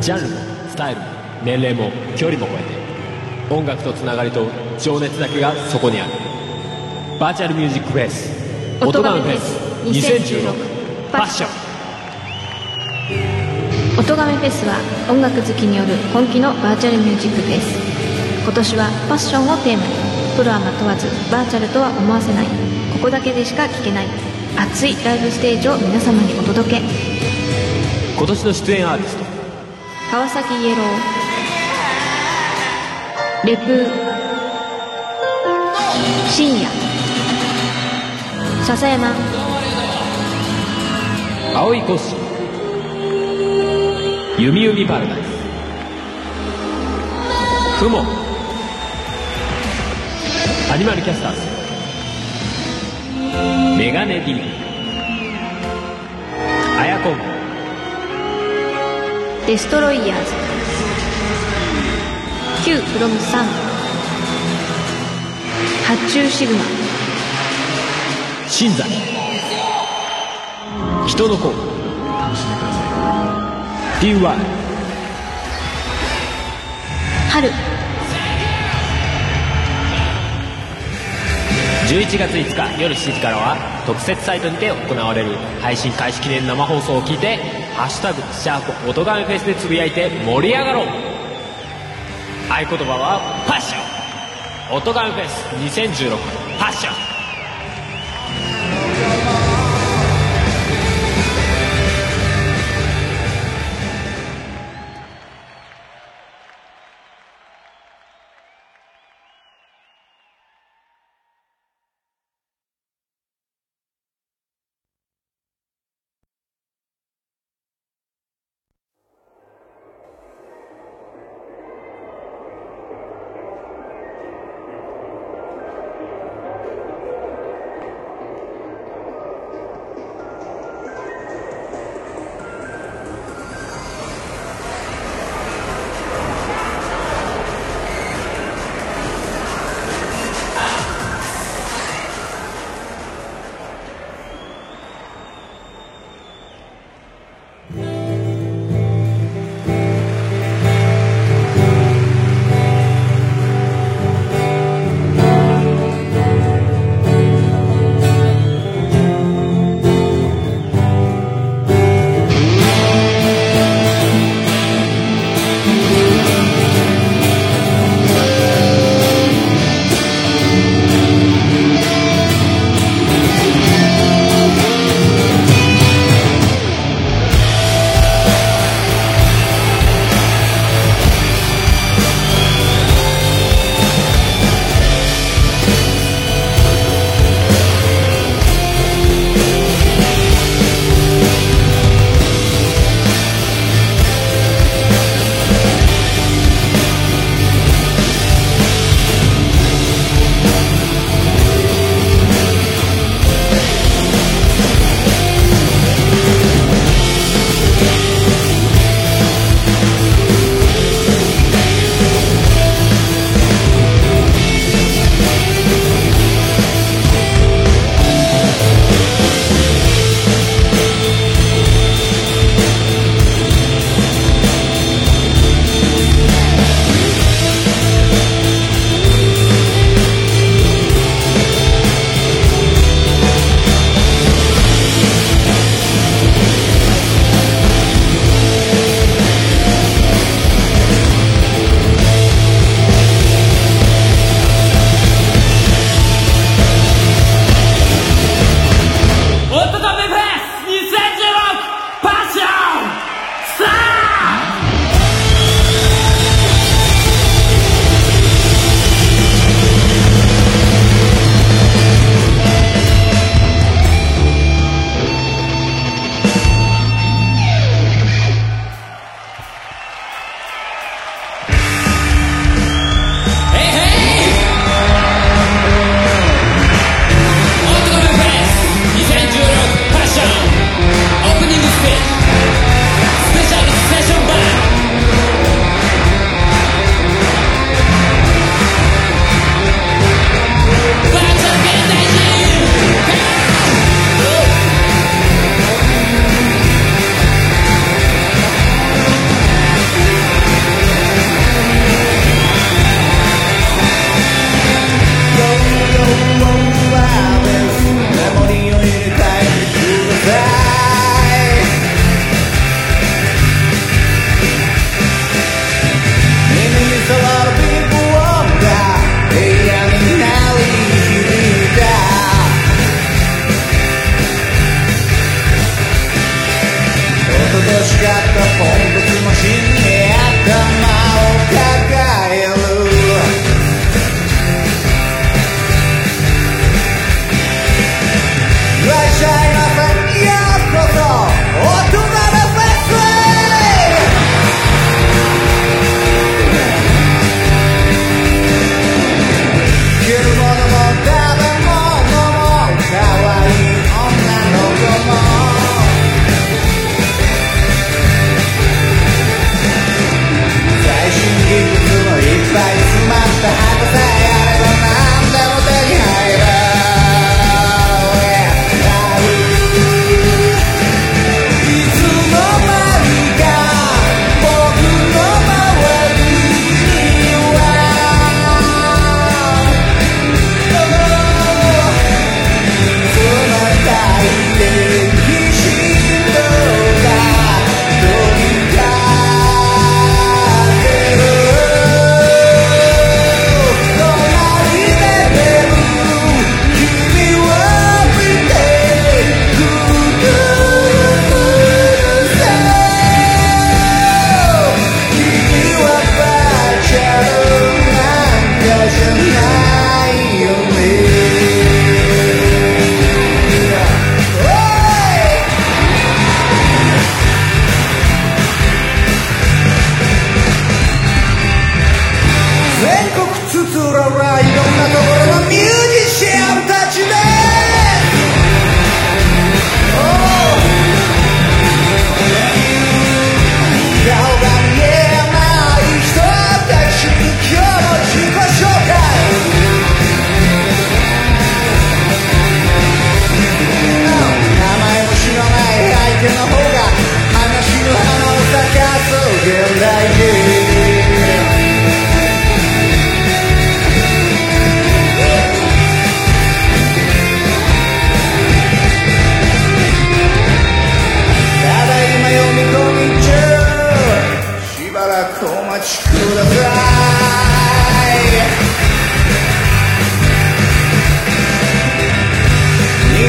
ジャンルもスタイルも年齢も距離も超えて音楽とつながりと情熱だけがそこにある。バーチャルミュージックフェス音ガメフェス2016パッション。 音ガメフェスは音楽好きによる本気のバーチャルミュージックフェス。今年はパッションをテーマにプロアマ問わずバーチャルとは思わせない、ここだけでしか聴けない熱いライブステージを皆様にお届け。 今年の出演アーティスト川崎イエロー、レプー、深夜、笹山、 青いコッシー、ゆみゆみパラダイス、クモ、アニマルキャスターズ、メガネ D、 アヤコンボ、 デストロイヤーズ、 Q フロムサン、発注シグマ、 新山、人の子、DY、 春。 11月5日夜7時からは特設サイトにて行われる配信開始記念生放送を聞いてハッシュタグシャープ音ガメフェスでつぶやいて盛り上がろう。合言葉はパッション。音ガメフェス2016パッション。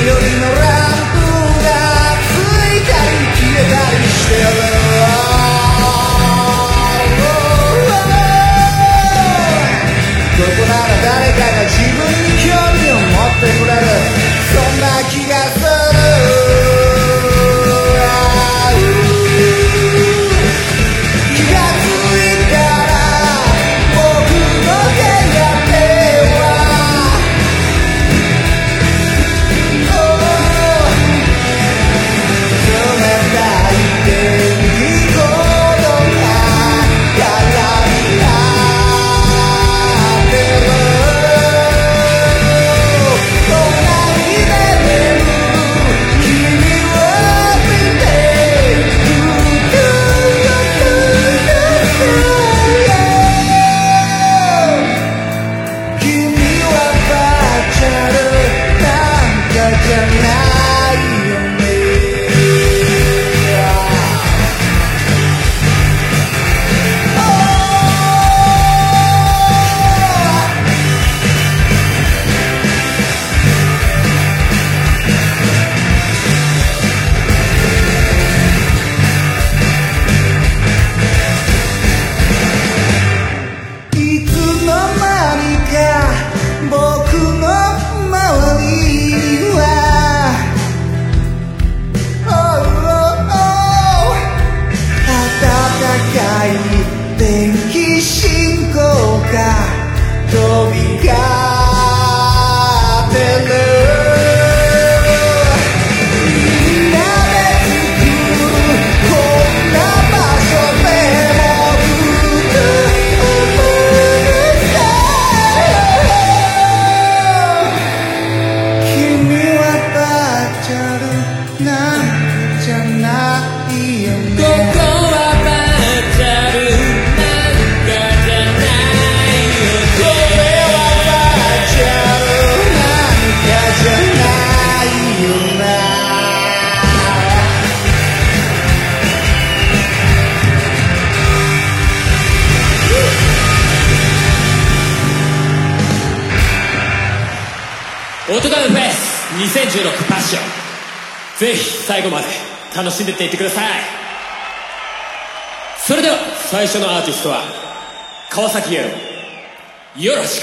オトガメフェス2016パッション、ぜひ最後まで楽しんでっていってください。それでは最初のアーティストは川崎イエロー、よろしく。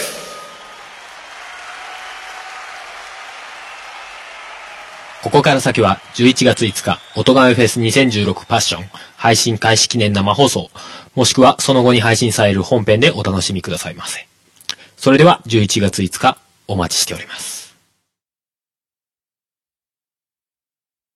ここから先は11月5日オトガメフェス2016パッション配信開始記念生放送、もしくはその後に配信される本編でお楽しみくださいませ。それでは11月5日お待ちしております。